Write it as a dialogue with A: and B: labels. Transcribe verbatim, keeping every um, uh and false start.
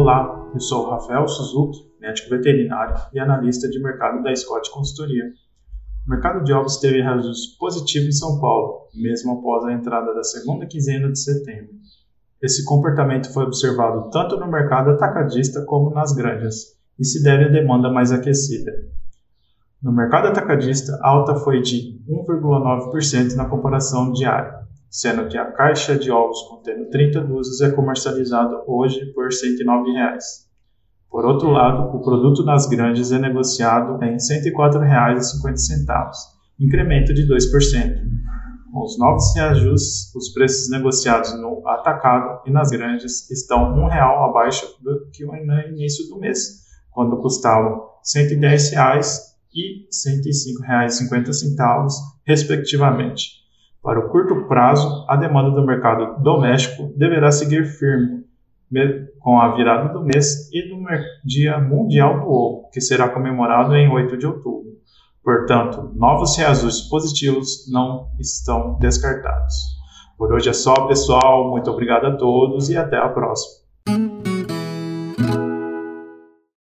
A: Olá, eu sou o Rafael Suzuki, médico veterinário e analista de mercado da Scott Consultoria. O mercado de ovos teve reajustes positivos em São Paulo, mesmo após a entrada da segunda quinzena de setembro. Esse comportamento foi observado tanto no mercado atacadista como nas granjas, e se deve à demanda mais aquecida. No mercado atacadista, a alta foi de um vírgula nove por cento na comparação diária, sendo que a caixa de ovos contendo trinta dúzias é comercializada hoje por cento e nove reais. Por outro lado, o produto nas granjas é negociado em cento e quatro reais e cinquenta centavos, incremento de dois por cento. Com os novos reajustes, os preços negociados no atacado e nas granjas estão um real abaixo do que no início do mês, quando custavam cento e dez reais e cento e cinco reais e cinquenta centavos, respectivamente. Para o curto prazo, a demanda do mercado doméstico deverá seguir firme, com a virada do mês e do Dia Mundial do Ovo, que será comemorado em oito de outubro. Portanto, novos reajustes positivos não estão descartados. Por hoje é só, pessoal. Muito obrigado a todos e até a próxima.